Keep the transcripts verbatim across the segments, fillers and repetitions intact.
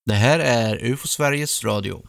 Det här är U F O Sveriges Radio.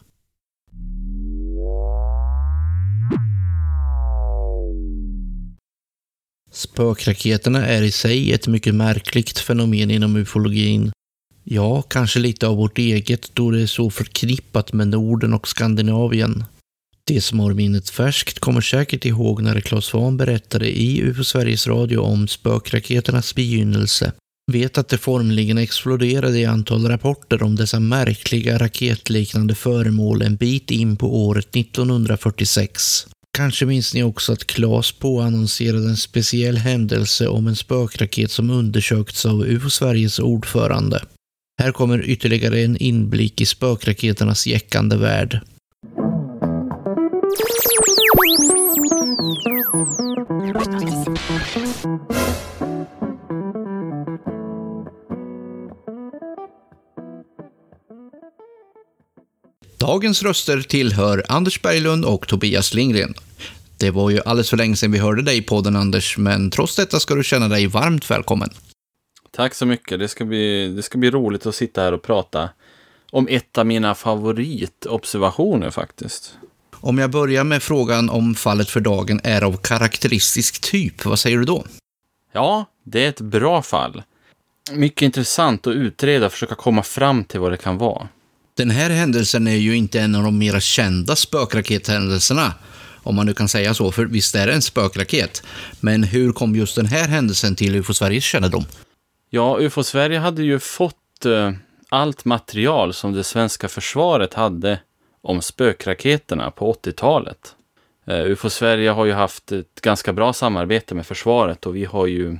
Spökraketerna är i sig ett mycket märkligt fenomen inom ufologin. Ja, kanske lite av vårt eget då det är så förknippat med Norden och Skandinavien. De som har minnet färskt kommer säkert ihåg när Claes Svahn berättade i U F O Sveriges Radio om spökraketernas begynnelse. Vet att det formligen exploderade i antal rapporter om dessa märkliga raketliknande föremål en bit in på året nittonhundrafyrtiosex. Kanske minns ni också att Claes påannonserade en speciell händelse om en spökraket som undersökts av U F O Sveriges ordförande. Här kommer ytterligare en inblick i spökraketernas jäckande värld. Dagens röster tillhör Anders Berglund och Tobias Lindgren. Det var ju alldeles för länge sedan vi hörde dig i podden, Anders, men trots detta ska du känna dig varmt välkommen. Tack så mycket. Det ska bli, det ska bli roligt att sitta här och prata om ett av mina favoritobservationer faktiskt. Om jag börjar med frågan om fallet för dagen är av karaktäristisk typ, vad säger du då? Ja, det är ett bra fall. Mycket intressant att utreda och försöka komma fram till vad det kan vara. Den här händelsen är ju inte en av de mer kända spökrakethändelserna, om man nu kan säga så, för visst är det en spökraket. Men hur kom just den här händelsen till U F O Sveriges kännedom? Ja, U F O Sverige hade ju fått uh, allt material som det svenska försvaret hade om spökraketerna på åttiotalet. Uh, U F O Sverige har ju haft ett ganska bra samarbete med försvaret och vi har ju,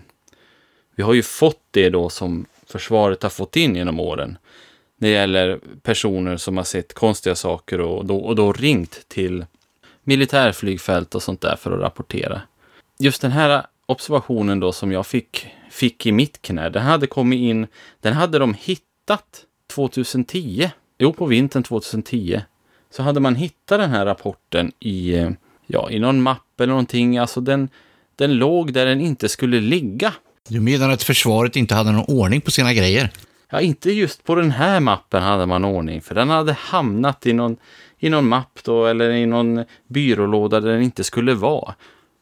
vi har ju fått det då som försvaret har fått in genom åren. Det gäller personer som har sett konstiga saker och då, och då ringt till militärflygfält och sånt där för att rapportera. Just den här observationen då som jag fick, fick i mitt knä, den hade kommit in, den hade de hittat tjugohundratio. Jo, på vintern tjugohundratio så hade man hittat den här rapporten i, ja, i någon mapp eller någonting. Alltså den, den låg där den inte skulle ligga. Du menar att försvaret inte hade någon ordning på sina grejer? Ja, inte just på den här mappen hade man ordning, för den hade hamnat i någon, i någon mapp då, eller i någon byrålåda där den inte skulle vara.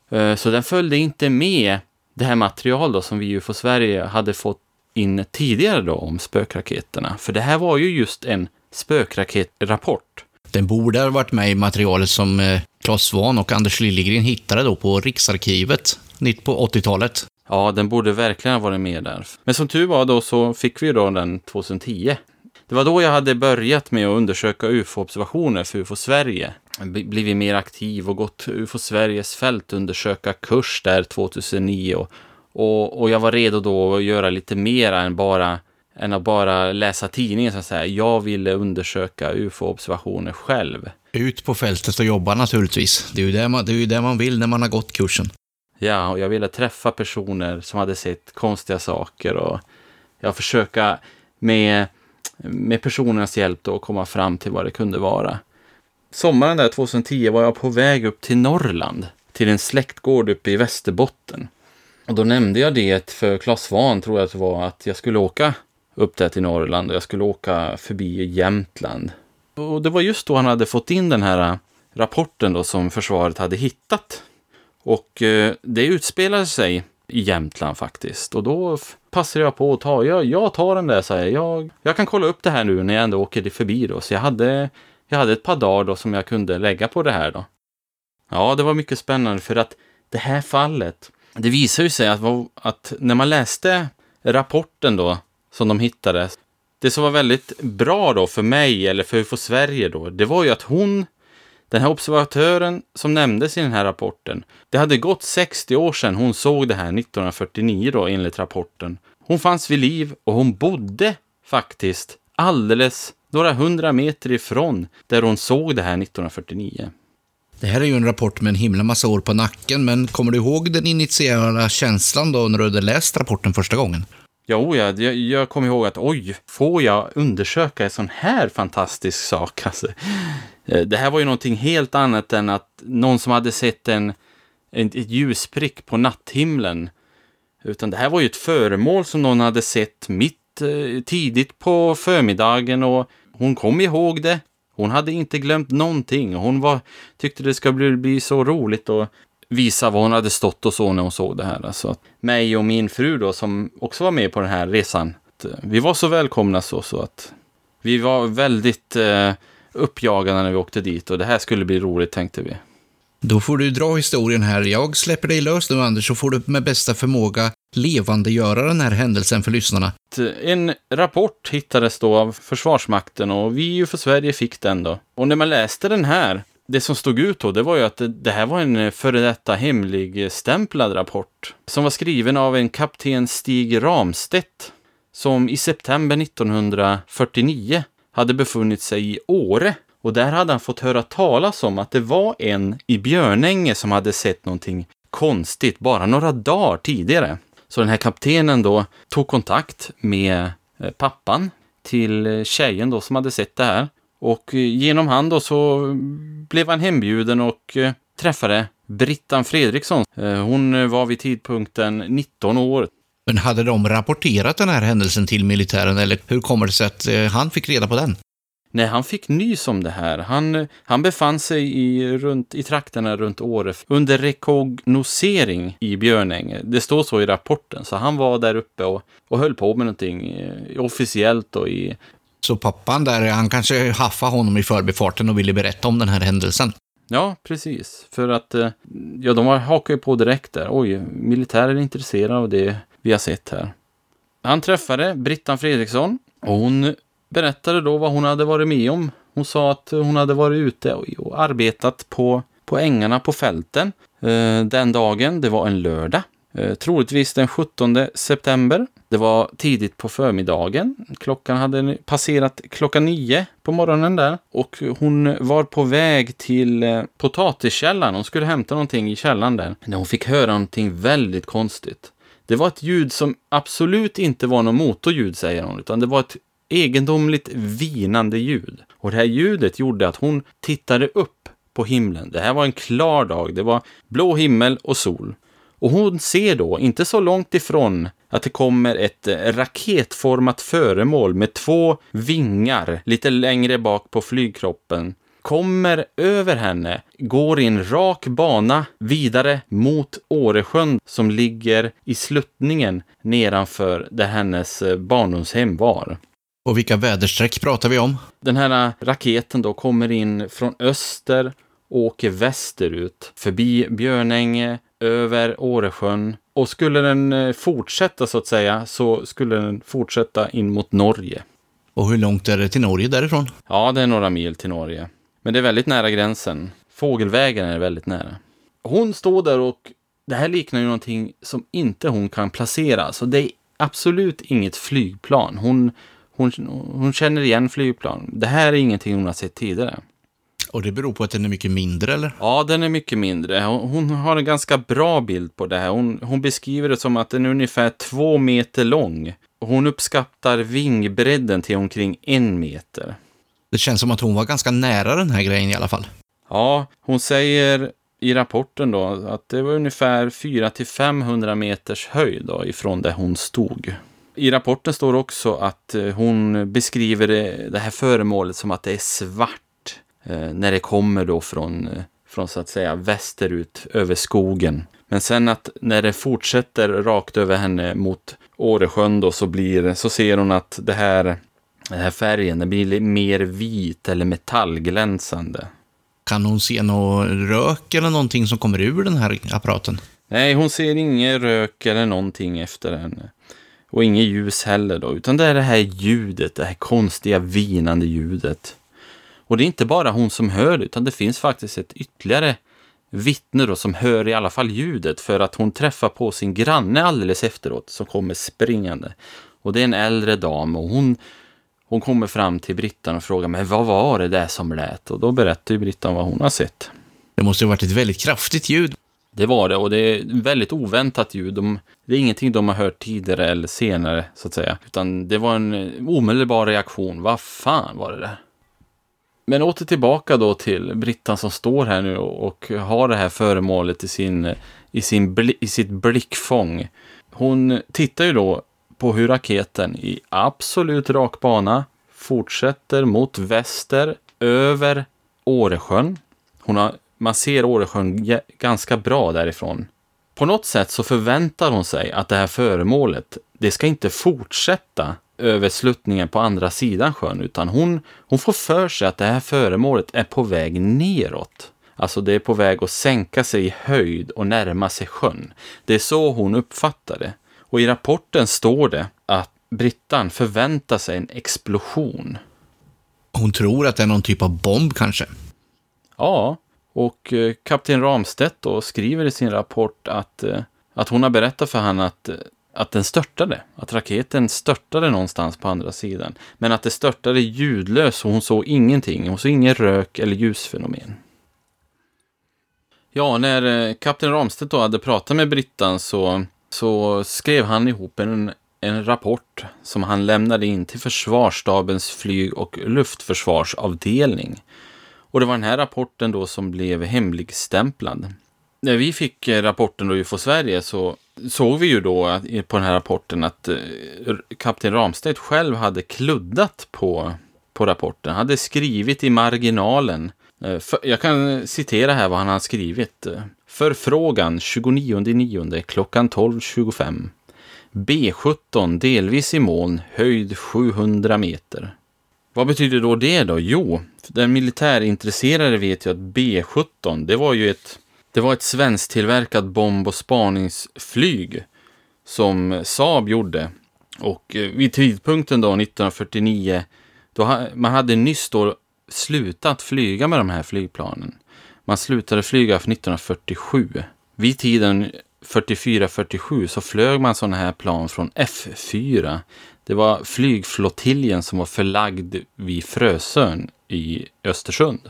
Så den följde inte med det här material då som vi ju för Sverige hade fått in tidigare då om spökraketerna. För det här var ju just en spökraketrapport. Den borde ha varit med i materialet som Claes Svahn och Anders Liljegren hittade då på Riksarkivet mitt på åttiotalet. Ja, den borde verkligen ha varit med där. Men som tur var då så fick vi då den tjugohundratio. Det var då jag hade börjat med att undersöka U F O-observationer för U F O Sverige. Blivit mer aktiv och gått U F O Sveriges fältundersöka kurs där tjugohundranio. Och, och, och jag var redo då att göra lite mer än, bara, än att bara läsa tidningen. Så att säga. Jag ville undersöka U F O-observationer själv. Ut på fältet och jobba naturligtvis. Det är ju det man, det är ju det man vill när man har gått kursen. Ja, och jag ville träffa personer som hade sett konstiga saker och jag försöka med, med personernas hjälp då komma fram till vad det kunde vara. Sommaren där tjugohundratio var jag på väg upp till Norrland, till en släktgård uppe i Västerbotten. Och då nämnde jag det för Claes Svahn, tror jag att det var, att jag skulle åka upp där till Norrland och jag skulle åka förbi Jämtland. Och det var just då han hade fått in den här rapporten då som försvaret hade hittat. Och eh, det utspelade sig i Jämtland faktiskt. Och då passade jag på att ta, jag, jag tar den där, så här. Jag, jag kan kolla upp det här nu när jag ändå åker det förbi då. Så jag hade, jag hade ett par dagar då som jag kunde lägga på det här då. Ja, det var mycket spännande för att det här fallet, det visar ju sig att, att när man läste rapporten då som de hittade, det som var väldigt bra då för mig eller för, för Sverige då, det var ju att hon, den här observatören som nämndes i den här rapporten, det hade gått sextio år sedan hon såg det här nittonhundrafyrtionio då enligt rapporten. Hon fanns vid liv och hon bodde faktiskt alldeles några hundra meter ifrån där hon såg det här nittonhundrafyrtionio. Det här är ju en rapport med en himla massa år på nacken, men kommer du ihåg den initiala känslan då när du hade läst rapporten första gången? Jo, jag, jag, jag kommer ihåg att oj, får jag undersöka en sån här fantastisk sak? Alltså, det här var ju någonting helt annat än att någon som hade sett en, en ett ljusprick på natthimlen. Utan det här var ju ett föremål som någon hade sett mitt eh, tidigt på förmiddagen och hon kom ihåg det. Hon hade inte glömt någonting. Hon var, tyckte det ska bli, bli så roligt att visa vad hon hade stått och så när hon såg det här. Alltså, mig och min fru då, som också var med på den här resan. Vi var så välkomna så, så att vi var väldigt eh, uppjagade när vi åkte dit. Och det här skulle bli roligt, tänkte vi. Då får du dra historien här. Jag släpper dig lös nu, Anders, så får du med bästa förmåga levandegöra den här händelsen för lyssnarna. En rapport hittades då av Försvarsmakten och vi ju för Sverige fick den då. Och när man läste den här, det som stod ut då, det var ju att det, det här var en före detta hemlig stämplad rapport som var skriven av en kapten Stig Ramstedt som i september nittonhundrafyrtionio hade befunnit sig i Åre. Och där hade han fått höra talas om att det var en i Björnänge som hade sett någonting konstigt bara några dagar tidigare. Så den här kaptenen då tog kontakt med pappan till tjejen då som hade sett det här. Och genom han då så blev han hembjuden och träffade Brittan Fredriksson. Hon var vid tidpunkten nitton år. Men hade de rapporterat den här händelsen till militären, eller hur kommer det sig att han fick reda på den? Nej, han fick nys om det här. Han, han befann sig i, runt, i trakterna runt Åre under rekognosering i Björnänge. Det står så i rapporten. Så han var där uppe och, och höll på med någonting eh, officiellt. Och i... Så pappan där, han kanske haffade honom i förbifarten och ville berätta om den här händelsen? Ja, precis. För att eh, ja, de hakade ju på direkt där. Oj, militärer är intresserade av det vi har sett här. Han träffade Brittan Fredriksson och hon berättade då vad hon hade varit med om. Hon sa att hon hade varit ute och, och arbetat på, på ängarna på fälten eh, den dagen. Det var en lördag. Eh, troligtvis den sjuttonde september. Det var tidigt på förmiddagen. Klockan hade passerat klockan nio på morgonen där. Och hon var på väg till eh, potatiskällan. Hon skulle hämta någonting i källan där. När hon fick höra någonting väldigt konstigt. Det var ett ljud som absolut inte var någon motorljud, säger hon. Utan det var ett egendomligt vinande ljud. Och det här ljudet gjorde att hon tittade upp på himlen. Det här var en klar dag. Det var blå himmel och sol. Och hon ser då, inte så långt ifrån, att det kommer ett raketformat föremål med två vingar lite längre bak på flygkroppen. Kommer över henne, går i en rak bana vidare mot Åresjön som ligger i sluttningen nedanför där hennes barndomshem var. Och vilka vädersträck pratar vi om? Den här raketen då kommer in från öster och åker västerut förbi Björnänge, över Åresjön. Och skulle den fortsätta så att säga så skulle den fortsätta in mot Norge. Och hur långt är det till Norge därifrån? Ja, det är några mil till Norge. Men det är väldigt nära gränsen. Fågelvägen är väldigt nära. Hon står där och det här liknar ju någonting som inte hon kan placera. Så det är absolut inget flygplan. Hon, hon, hon känner igen flygplan. Det här är ingenting hon har sett tidigare. Och det beror på att den är mycket mindre, eller? Ja, den är mycket mindre. Hon, hon har en ganska bra bild på det här. Hon, hon beskriver det som att den är ungefär två meter lång. Hon uppskattar vingbredden till omkring en meter. Det känns som att hon var ganska nära den här grejen i alla fall. Ja, hon säger i rapporten då att det var ungefär fyra till femhundra meters höjd då ifrån där hon stod. I rapporten står också att hon beskriver det, det här föremålet som att det är svart eh, när det kommer då från, eh, från så att säga västerut över skogen. Men sen att när det fortsätter rakt över henne mot Åresjön då så, blir, så ser hon att det här, den här färgen den blir mer vit eller metallglänsande. Kan hon se någon rök eller någonting som kommer ur den här apparaten? Nej, hon ser ingen rök eller någonting efter henne. Och inget ljus heller då. Utan det är det här ljudet, det här konstiga vinande ljudet. Och det är inte bara hon som hör det, utan det finns faktiskt ett ytterligare vittne då som hör i alla fall ljudet. För att hon träffar på sin granne alldeles efteråt som kommer springande. Och det är en äldre dam och hon... Hon kommer fram till Brittan och frågar, men vad var det där som lät? Och då berättar ju Brittan vad hon har sett. Det måste ju varit ett väldigt kraftigt ljud. Det var det, och det är väldigt oväntat ljud. De, det är ingenting de har hört tidigare eller senare, så att säga. Utan det var en omedelbar reaktion. Vad fan var det där? Men åter tillbaka då till Brittan som står här nu och, och har det här föremålet i, sin, i, sin bli, i sitt blickfång. Hon tittar ju då på hur raketen i absolut rak bana fortsätter mot väster över Åresjön. Hon har, man ser Åresjön ganska bra därifrån. På något sätt så förväntar hon sig att det här föremålet, det ska inte fortsätta över sluttningen på andra sidan sjön, utan hon, hon får för sig att det här föremålet är på väg neråt. Alltså det är på väg att sänka sig i höjd och närma sig sjön. Det är så hon uppfattar det. Och i rapporten står det att Brittan förväntar sig en explosion. Hon tror att det är någon typ av bomb kanske. Ja, och eh, kapten Ramstedt då skriver i sin rapport att, eh, att hon har berättat för han att, eh, att den störtade. Att raketen störtade någonstans på andra sidan. Men att det störtade ljudlöst och hon såg ingenting. Hon såg ingen rök eller ljusfenomen. Ja, när eh, kapten Ramstedt då hade pratat med Brittan så, så skrev han ihop en, en rapport som han lämnade in till försvarsstabens flyg- och luftförsvarsavdelning. Och det var den här rapporten då som blev hemligstämplad. När vi fick rapporten då U F O Sverige så såg vi ju då på den här rapporten att eh, kapten Ramstedt själv hade kluddat på, på rapporten. Han hade skrivit i marginalen. Eh, för, jag kan citera här vad han har skrivit. Förfrågan tjugonionde nionde klockan tolv tjugofem. B sjutton delvis i moln, höjd sjuhundra meter. Vad betyder då det då? Jo, den militärintresserade vet ju att B sjutton, det var ju ett, det var ett svensktillverkat bomb- och spaningsflyg som Saab gjorde. Och vid tidpunkten då, nittonhundrafyrtionio, då ha, man hade nyss då slutat flyga med de här flygplanen. Man slutade flyga för nittonhundrafyrtiosju. Vid tiden fyrtiofyra fyrtiosju så flög man sådana här plan från F fyra. Det var flygflottiljen som var förlagd vid Frösön i Östersund.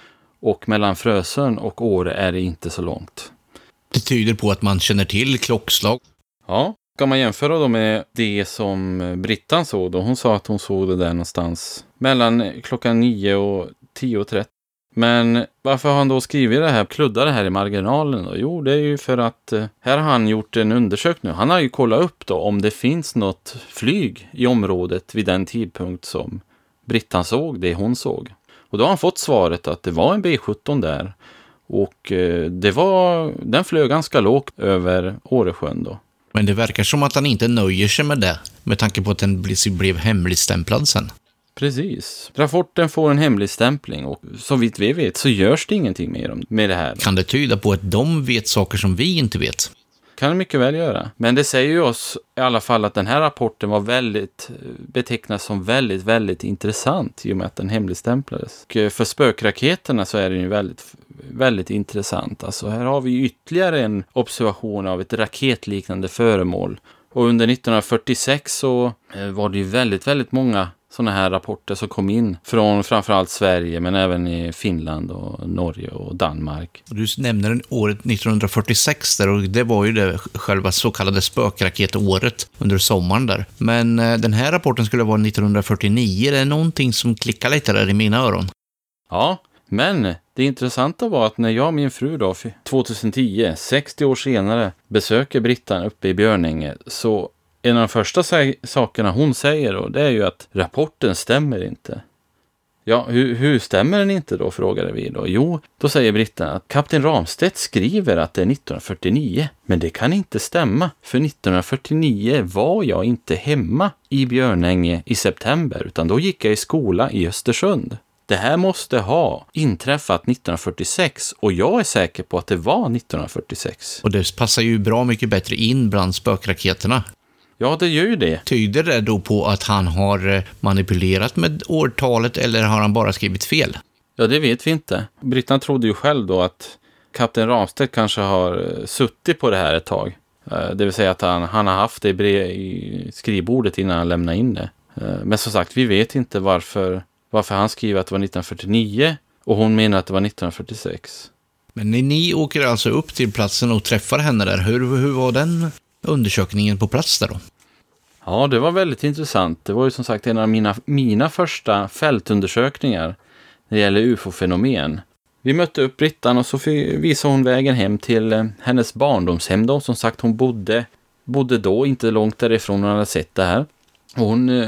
Och mellan Frösön och Åre är det inte så långt. Det tyder på att man känner till klockslag. Ja, kan man jämföra då med det som Brittan såg då? Hon sa att hon såg det där någonstans mellan klockan nio och tio trettio. Men varför har han då skrivit det här, kluddade här i marginalen då? Jo, det är ju för att eh, här har han gjort en undersökning. Han har ju kollat upp då om det finns något flyg i området vid den tidpunkt som Brittan såg det hon såg. Och då har han fått svaret att det var en B sjutton där. Och eh, det var, den flög ganska lågt över Åresjön då. Men det verkar som att han inte nöjer sig med det, med tanke på att den blev hemligstämplad sen. Precis. Rapporten får en hemligstämpling och så vitt vi vet så görs det ingenting mer med det här. Kan det tyda på att de vet saker som vi inte vet? Kan det mycket väl göra. Men det säger ju oss i alla fall att den här rapporten var väldigt, betecknas som väldigt, väldigt intressant i och med att den hemligstämplades. Och för spökraketerna så är den ju väldigt, väldigt intressant. Alltså här har vi ytterligare en observation av ett raketliknande föremål. Och under nittonhundrafyrtiosex så var det ju väldigt, väldigt många sådana här rapporter som kom in från framförallt Sverige men även i Finland och Norge och Danmark. Du nämner året nittonhundrafyrtiosex där, och det var ju det själva så kallade spökraketåret under sommaren där. Men den här rapporten skulle vara nittonhundrafyrtionio. Det är någonting som klickar lite där i mina öron. Ja, men det intressanta var att när jag och min fru då tjugohundratio, sextio år senare, besöker Brittan uppe i Björnänge, så en av de första sakerna hon säger då, det är ju att rapporten stämmer inte. Ja, hur, hur stämmer den inte då, frågade vi då. Jo, då säger Brittan att kapten Ramstedt skriver att det är nittonhundrafyrtionio. Men det kan inte stämma, för nittonhundrafyrtionio var jag inte hemma i Björnänge i september, utan då gick jag i skola i Östersund. Det här måste ha inträffat nittonhundrafyrtiosex och jag är säker på att det var nittonhundrafyrtiosex. Och det passar ju bra mycket bättre in bland spökraketerna. Ja, det gör ju det. Tyder det då på att han har manipulerat med årtalet eller har han bara skrivit fel? Ja, det vet vi inte. Brittan trodde ju själv då att kapten Ramstedt kanske har suttit på det här ett tag. Det vill säga att han, han har haft det i, brev, i skrivbordet innan han lämnade in det. Men som sagt, vi vet inte varför, varför han skriver att det var nittonhundrafyrtionio och hon menar att det var nittonhundrafyrtiosex. Men ni, ni åker alltså upp till platsen och träffar henne där. Hur, hur var den undersökningen på plats där då? Ja, det var väldigt intressant. Det var ju som sagt en av mina, mina första fältundersökningar när det gäller U F O-fenomen. Vi mötte upp Brittan och så visade hon vägen hem till hennes barndomshem då. Som sagt, hon bodde, bodde då inte långt därifrån hon hade sett det här. Och hon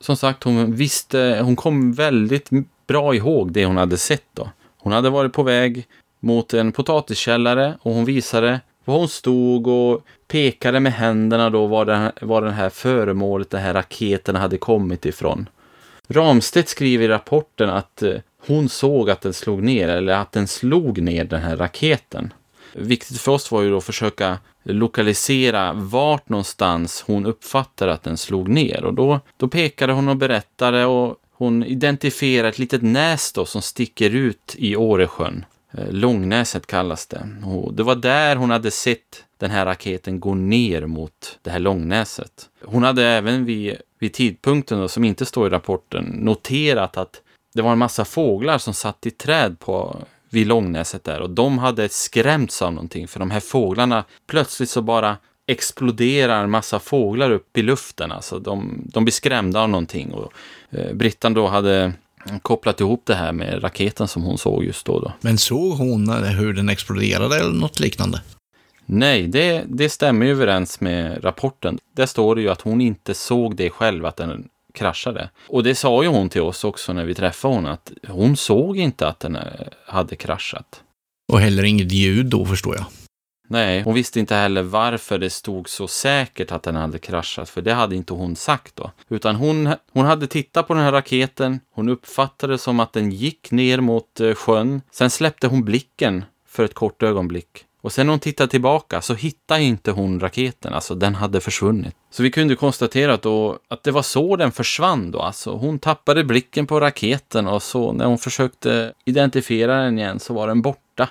som sagt, hon visste, hon kom väldigt bra ihåg det hon hade sett då. Hon hade varit på väg mot en potatiskällare och hon visade var hon stod och pekade med händerna då var den, var den här föremålet, den här raketen hade kommit ifrån. Ramstedt skriver i rapporten att hon såg att den slog ner, eller att den slog ner den här raketen. Viktigt för oss var ju då att försöka lokalisera vart någonstans hon uppfattade att den slog ner. Och då, då pekade hon och berättade och hon identifierade ett litet näs då som sticker ut i Åresjön. Långnäset kallas det. Och det var där hon hade sett den här raketen gå ner mot det här Långnäset. Hon hade även vid, vid tidpunkten då, som inte står i rapporten, noterat att det var en massa fåglar som satt i träd på vid Långnäset där. Och de hade skrämts av någonting. För de här fåglarna plötsligt så bara exploderar en massa fåglar upp i luften. Alltså de, de blir skrämda av någonting. Och eh, Brittan då hade kopplat ihop det här med raketen som hon såg just då. då. Men såg hon hur den exploderade eller något liknande? Nej, det, det stämmer ju överens med rapporten. Där står det ju att hon inte såg det själv, att den kraschade. Och det sa ju hon till oss också när vi träffade hon, att hon såg inte att den hade kraschat. Och heller inget ljud då, förstår jag. Nej, hon visste inte heller varför det stod så säkert att den hade kraschat, för det hade inte hon sagt då. Utan hon, hon hade tittat på den här raketen, hon uppfattade det som att den gick ner mot sjön. Sen släppte hon blicken för ett kort ögonblick. Och sen när hon tittade tillbaka så hittade inte hon raketen, alltså den hade försvunnit. Så vi kunde konstatera att, då, att det var så den försvann då. Alltså hon tappade blicken på raketen och så när hon försökte identifiera den igen så var den borta.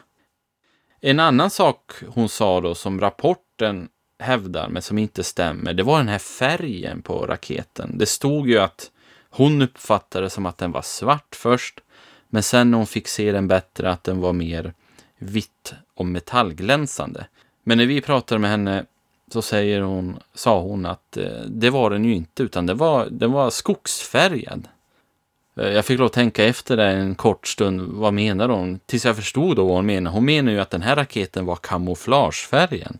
En annan sak hon sa då som rapporten hävdar men som inte stämmer, det var den här färgen på raketen. Det stod ju att hon uppfattade det som att den var svart först, men sen när hon fick se den bättre att den var mer vitt och metallglänsande. Men när vi pratade med henne så säger hon, sa hon att eh, det var den ju inte, utan det var, den var skogsfärgad. Eh, jag fick lov att tänka efter det en kort stund, vad menar hon? Tills jag förstod då vad hon menar. Hon menar ju att den här raketen var kamouflagefärgen.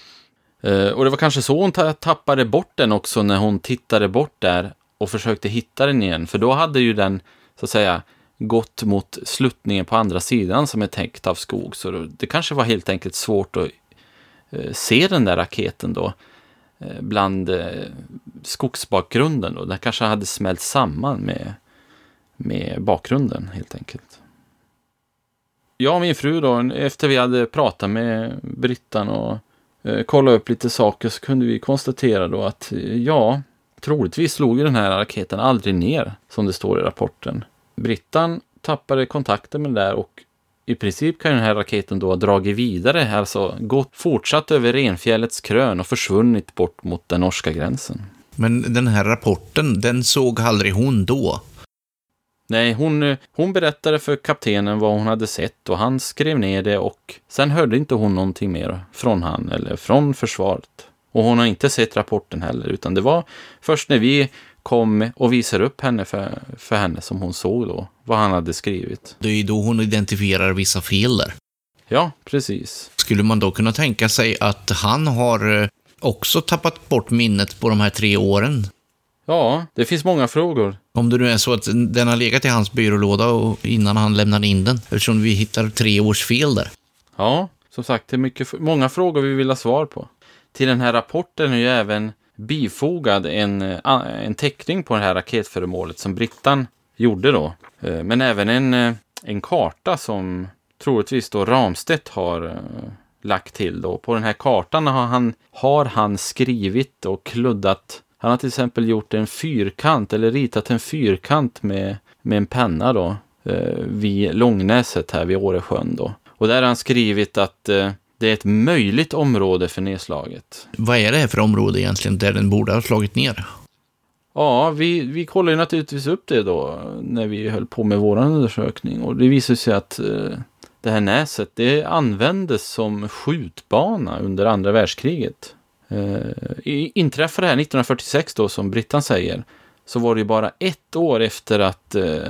Eh, och det var kanske så hon ta- tappade bort den också när hon tittade bort där och försökte hitta den igen. För då hade ju den, så att säga, gått mot sluttningen på andra sidan som är täckt av skog. Så det kanske var helt enkelt svårt att eh, se den där raketen då eh, bland eh, skogsbakgrunden då. Den kanske hade smält samman med, med bakgrunden helt enkelt. Jag och min fru då, efter vi hade pratat med Brittan och eh, kollat upp lite saker, så kunde vi konstatera då att eh, ja, troligtvis slog ju den här raketen aldrig ner som det står i rapporten. Brittan tappade kontakten med det där och i princip kan den här raketen då ha dragit vidare, alltså gått fortsatt över Renfjällets krön och försvunnit bort mot den norska gränsen. Men den här rapporten, den såg aldrig hon då? Nej, hon, hon berättade för kaptenen vad hon hade sett och han skrev ner det och sen hörde inte hon någonting mer från han eller från försvaret. Och hon har inte sett rapporten heller, utan det var först när vi kom och visade upp henne för, för henne som hon såg då vad han hade skrivit. Det är ju då hon identifierar vissa fel där. Ja, precis. Skulle man då kunna tänka sig att han har också tappat bort minnet på de här tre åren? Ja, det finns många frågor. Om det nu är så att den har legat i hans byrålåda och innan han lämnade in den. Eftersom vi hittar tre års fel där. Ja, som sagt, det är mycket, många frågor vi vill ha svar på. Till den här rapporten är ju även bifogad en, en teckning på det här raketföremålet som Brittan gjorde då. Men även en, en karta som troligtvis då Ramstedt har lagt till då. På den här kartan har han, har han skrivit och kluddat. Han har till exempel gjort en fyrkant eller ritat en fyrkant med, med en penna då vid Långnäset här vid Åresjön då. Och där har han skrivit att det är ett möjligt område för nedslaget. Vad är det här för område egentligen där den borde ha slagit ner? Ja, vi, vi kollade naturligtvis upp det då när vi höll på med vår undersökning. Och det visade sig att eh, det här näset, det användes som skjutbana under andra världskriget. Eh, inträffade det här nittonhundrafyrtiosex då, som Brittan säger, så var det bara ett år efter att, eh,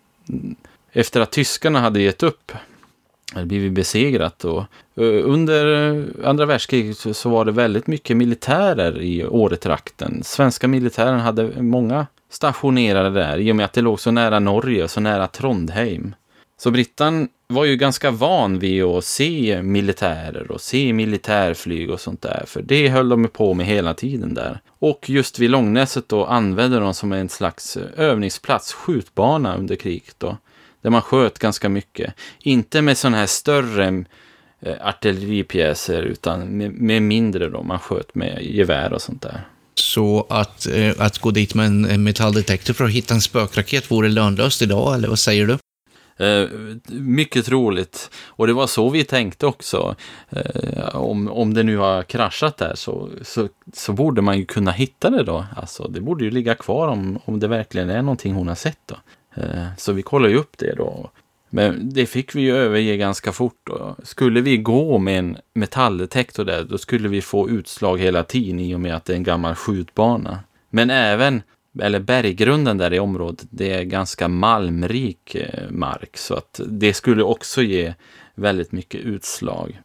efter att tyskarna hade gett upp. Det blivit besegrat och under andra världskriget så var det väldigt mycket militärer i Åretrakten. Svenska militären hade många stationerade där i och med att det låg så nära Norge och så nära Trondheim. Så Brittan var ju ganska van vid att se militärer och se militärflyg och sånt där. För det höll de på med hela tiden där. Och just vid Långnäset då använde de som en slags övningsplats, skjutbana under kriget då. Där man sköt ganska mycket. Inte med sådana här större eh, artilleripjäser utan med, med mindre då. Man sköt med gevär och sånt där. Så att, eh, att gå dit med en metalldetektor för att hitta en spökraket vore lönlöst idag, eller vad säger du? Eh, mycket troligt. Och det var så vi tänkte också. Eh, om, om det nu har kraschat där så, så, så borde man ju kunna hitta det då. Alltså, det borde ju ligga kvar om, om det verkligen är någonting hon har sett då. Eh, så vi kollar ju upp det då. Men det fick vi ju överge ganska fort då. Skulle vi gå med en metalldetektor där, då skulle vi få utslag hela tiden i och med att det är en gammal skjutbana. Men även eller berggrunden där i området, det är ganska malmrik eh, mark, så att det skulle också ge väldigt mycket utslag.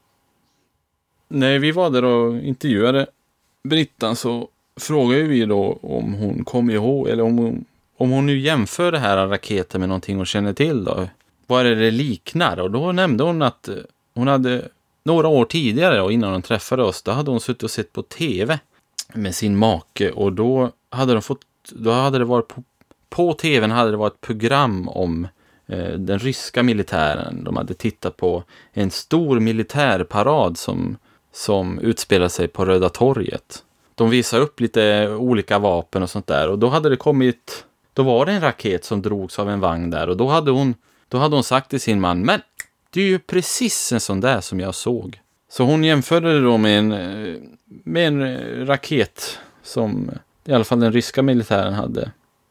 När vi var där och intervjuade Brittan så frågade vi då om hon kom ihåg, eller om hon, om hon nu jämför det här raketen med någonting hon känner till då. Vad är det liknar? Och då nämnde hon att hon hade några år tidigare då, innan de träffade oss, då hade hon suttit och sett på tv med sin make och då hade de fått Då hade det varit på, på tvn hade det varit ett program om eh, den ryska militären. De hade tittat på en stor militärparad som, som utspelar sig på Röda torget. De visar upp lite olika vapen och sånt där. Och då hade det kommit, då var det en raket som drogs av en vagn där. Och då hade hon, då hade hon sagt till sin man, men det är ju precis en sån där som jag såg. Så hon jämförde det då med en, med en raket som i alla fall den ryska militären hade.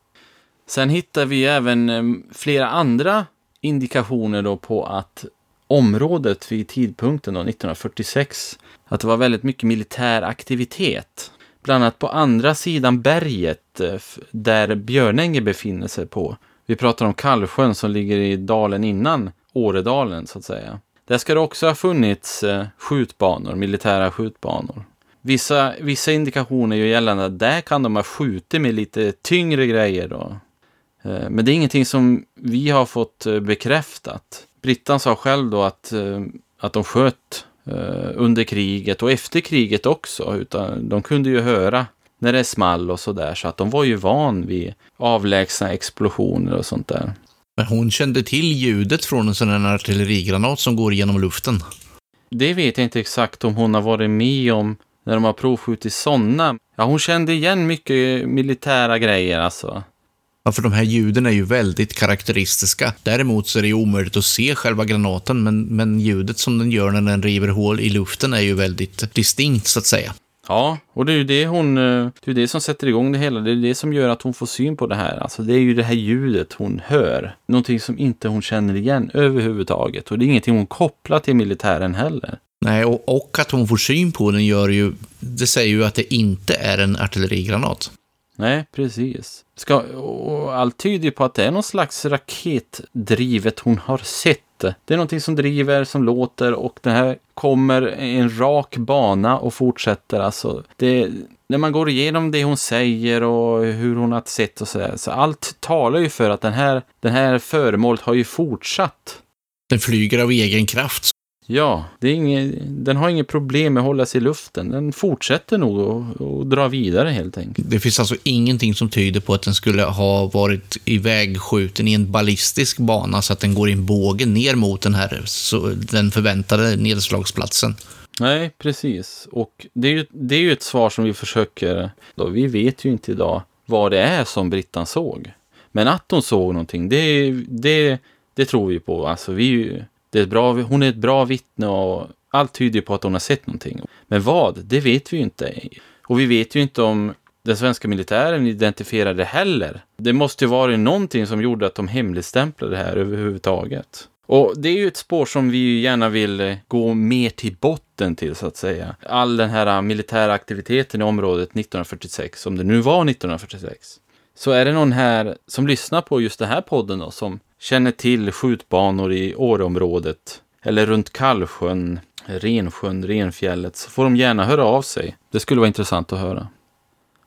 Sen hittar vi även flera andra indikationer då på att området vid tidpunkten då, nittonhundrafyrtiosex, att det var väldigt mycket militär aktivitet. Bland annat på andra sidan berget där Björnänge befinner sig på. Vi pratar om Kallsjön som ligger i dalen innan Åredalen så att säga. Där ska det också ha funnits skjutbanor, militära skjutbanor. Vissa, vissa indikationer gör gällande att där kan de ha skjutit med lite tyngre grejer då. Men det är ingenting som vi har fått bekräftat. Brittan sa själv då att, att de sköt under kriget och efter kriget också. Utan de kunde ju höra när det small och sådär. Så att de var ju van vid avlägsna explosioner och sånt där. Men hon kände till ljudet från en sån här artillerigranat som går genom luften. Det vet jag inte exakt om hon har varit med om när de har provskjutit sådana. Ja, hon kände igen mycket militära grejer alltså. Ja, för de här ljuden är ju väldigt karaktäristiska. Däremot så är det ju omöjligt att se själva granaten, men, men ljudet som den gör när den river hål i luften är ju väldigt distinkt så att säga. Ja, och det är ju det hon, det är det som sätter igång det hela. Det är det som gör att hon får syn på det här. Alltså det är ju det här ljudet hon hör. Någonting som inte hon känner igen överhuvudtaget. Och det är ingenting hon kopplar till militären heller. Nej, och, och att hon får syn på den gör ju, det säger ju att det inte är en artillerigranat. Nej, precis. Ska, och allt tyder på att det är någon slags raketdrivet hon har sett. Det är någonting som driver, som låter och det här kommer en rak bana och fortsätter. Alltså, det, när man går igenom det hon säger och hur hon har sett och sådär. Så allt talar ju för att den här, den här föremålet har ju fortsatt. Den flyger av egen kraft. Ja, det är inget, den har inget problem med att hålla sig i luften. Den fortsätter nog och, och dra vidare helt enkelt. Det finns alltså ingenting som tyder på att den skulle ha varit ivägskjuten i en ballistisk bana så att den går i en båge ner mot den här så, den förväntade nedslagsplatsen. Nej, precis. Och det är ju, det är ju ett svar som vi försöker... Då, vi vet ju inte idag vad det är som Brittan såg. Men att hon såg någonting, det, det, det tror vi på. Alltså vi ju... Det är ett bra, hon är ett bra vittne och allt tyder på att hon har sett någonting. Men vad? Det vet vi ju inte. Och vi vet ju inte om den svenska militären identifierade heller. Det måste ju vara någonting som gjorde att de hemligstämplade det här överhuvudtaget. Och det är ju ett spår som vi gärna vill gå mer till botten till så att säga. All den här militära aktiviteten i området nittonhundrafyrtiosex, om det nu var nittonhundrafyrtiosex. Så är det någon här som lyssnar på just den här podden då, som känner till skjutbanor i Åreområdet eller runt Kallsjön, Rensjön, Renfjället, så får de gärna höra av sig. Det skulle vara intressant att höra.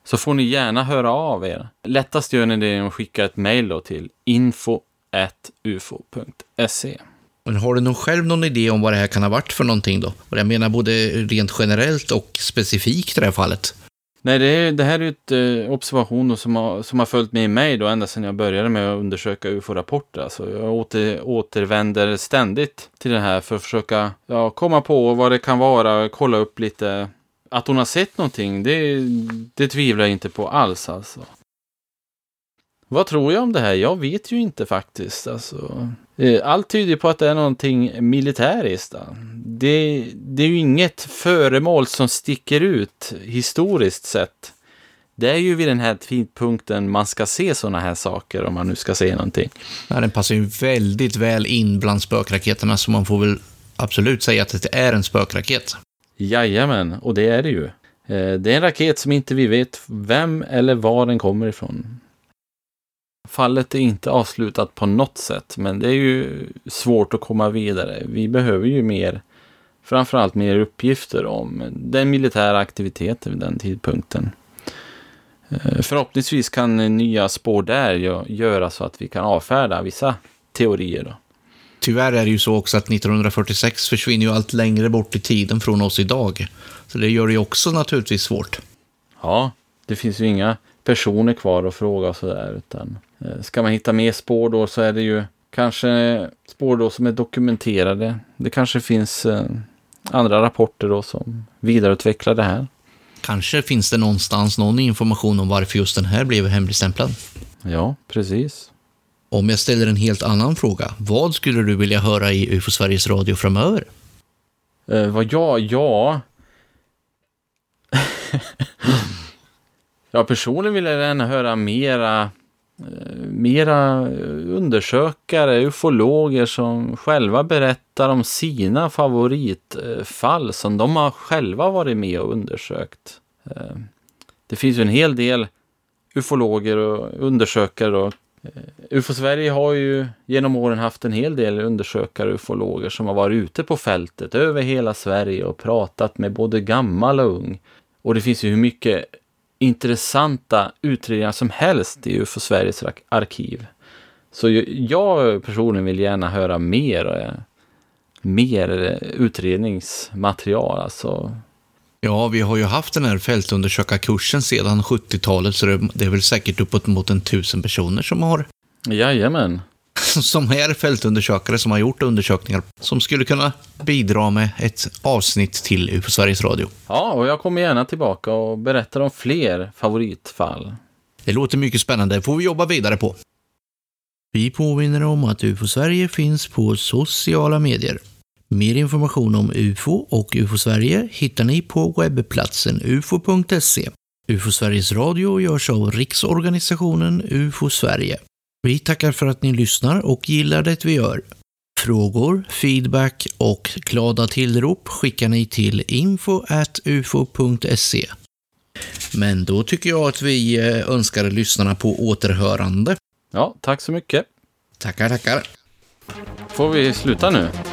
så får ni gärna höra av er. Lättast gör ni det genom att skicka ett mejl då till info at ufo punkt se. Men har du nog själv någon idé om vad det här kan ha varit för någonting då? Och jag menar både rent generellt och specifikt i det här fallet. Nej, det, är, det här är ett eh, observation då som, har, som har följt med mig då ända sedan jag började med att undersöka U F O-rapporter. Alltså jag åter, återvänder ständigt till det här för att försöka ja, komma på vad det kan vara, kolla upp lite. Att hon har sett någonting, det, det tvivlar jag inte på alls alltså. Vad tror jag om det här? Jag vet ju inte faktiskt. Alltså, allt tyder på att det är någonting militäriskt. Det, det är ju inget föremål som sticker ut historiskt sett. Det är ju vid den här tidpunkten man ska se sådana här saker om man nu ska se någonting. Ja, den passar ju väldigt väl in bland spökraketerna så man får väl absolut säga att det är en spökraket. Jajamän, och det är det ju. Det är en raket som inte vi vet vem eller var den kommer ifrån. Fallet är inte avslutat på något sätt, men det är ju svårt att komma vidare. Vi behöver ju mer, framförallt mer uppgifter om den militära aktiviteten vid den tidpunkten. Förhoppningsvis kan nya spår där göra så att vi kan avfärda vissa teorier då. Tyvärr är det ju så också att nittonhundrafyrtiosex försvinner ju allt längre bort i tiden från oss idag. Så det gör det ju också naturligtvis svårt. Ja, det finns ju inga personer kvar att fråga och sådär, utan ska man hitta mer spår då så är det ju kanske spår då som är dokumenterade. Det kanske finns eh, andra rapporter då som vidareutvecklar det här. Kanske finns det någonstans någon information om varför just den här blev hemligstämplad. Ja, precis. Om jag ställer en helt annan fråga, vad skulle du vilja höra i U F O Sveriges Radio framöver? Eh, vad jag, ja... ja, personligen vill jag gärna höra mera... mera undersökare, ufologer som själva berättar om sina favoritfall som de har själva varit med och undersökt. Det finns ju en hel del ufologer och undersökare. Och U F O Sverige har ju genom åren haft en hel del undersökare och ufologer som har varit ute på fältet över hela Sverige och pratat med både gammal och ung. Och det finns ju hur mycket intressanta utredningar som helst i U F O Sveriges arkiv. Så jag personligen vill gärna höra mer mer utredningsmaterial. Alltså. Ja, vi har ju haft den här fältundersökarkursen sedan sjuttiotalet så det är väl säkert uppåt mot en tusen personer som har Jajamän. som är fältundersökare som har gjort undersökningar som skulle kunna bidra med ett avsnitt till U F O Sveriges Radio. Ja, och jag kommer gärna tillbaka och berättar om fler favoritfall. Det låter mycket spännande, det får vi jobba vidare på. Vi påminner om att U F O Sverige finns på sociala medier. Mer information om U F O och U F O Sverige hittar ni på webbplatsen ufo punkt se. U F O Sveriges Radio görs av Riksorganisationen U F O Sverige. Vi tackar för att ni lyssnar och gillar det vi gör. Frågor, feedback och glada tillrop skickar ni till info at ufo punkt se. Men då tycker jag att vi önskar lyssnarna på återhörande. Ja, tack så mycket. Tackar, tackar. Får vi sluta nu?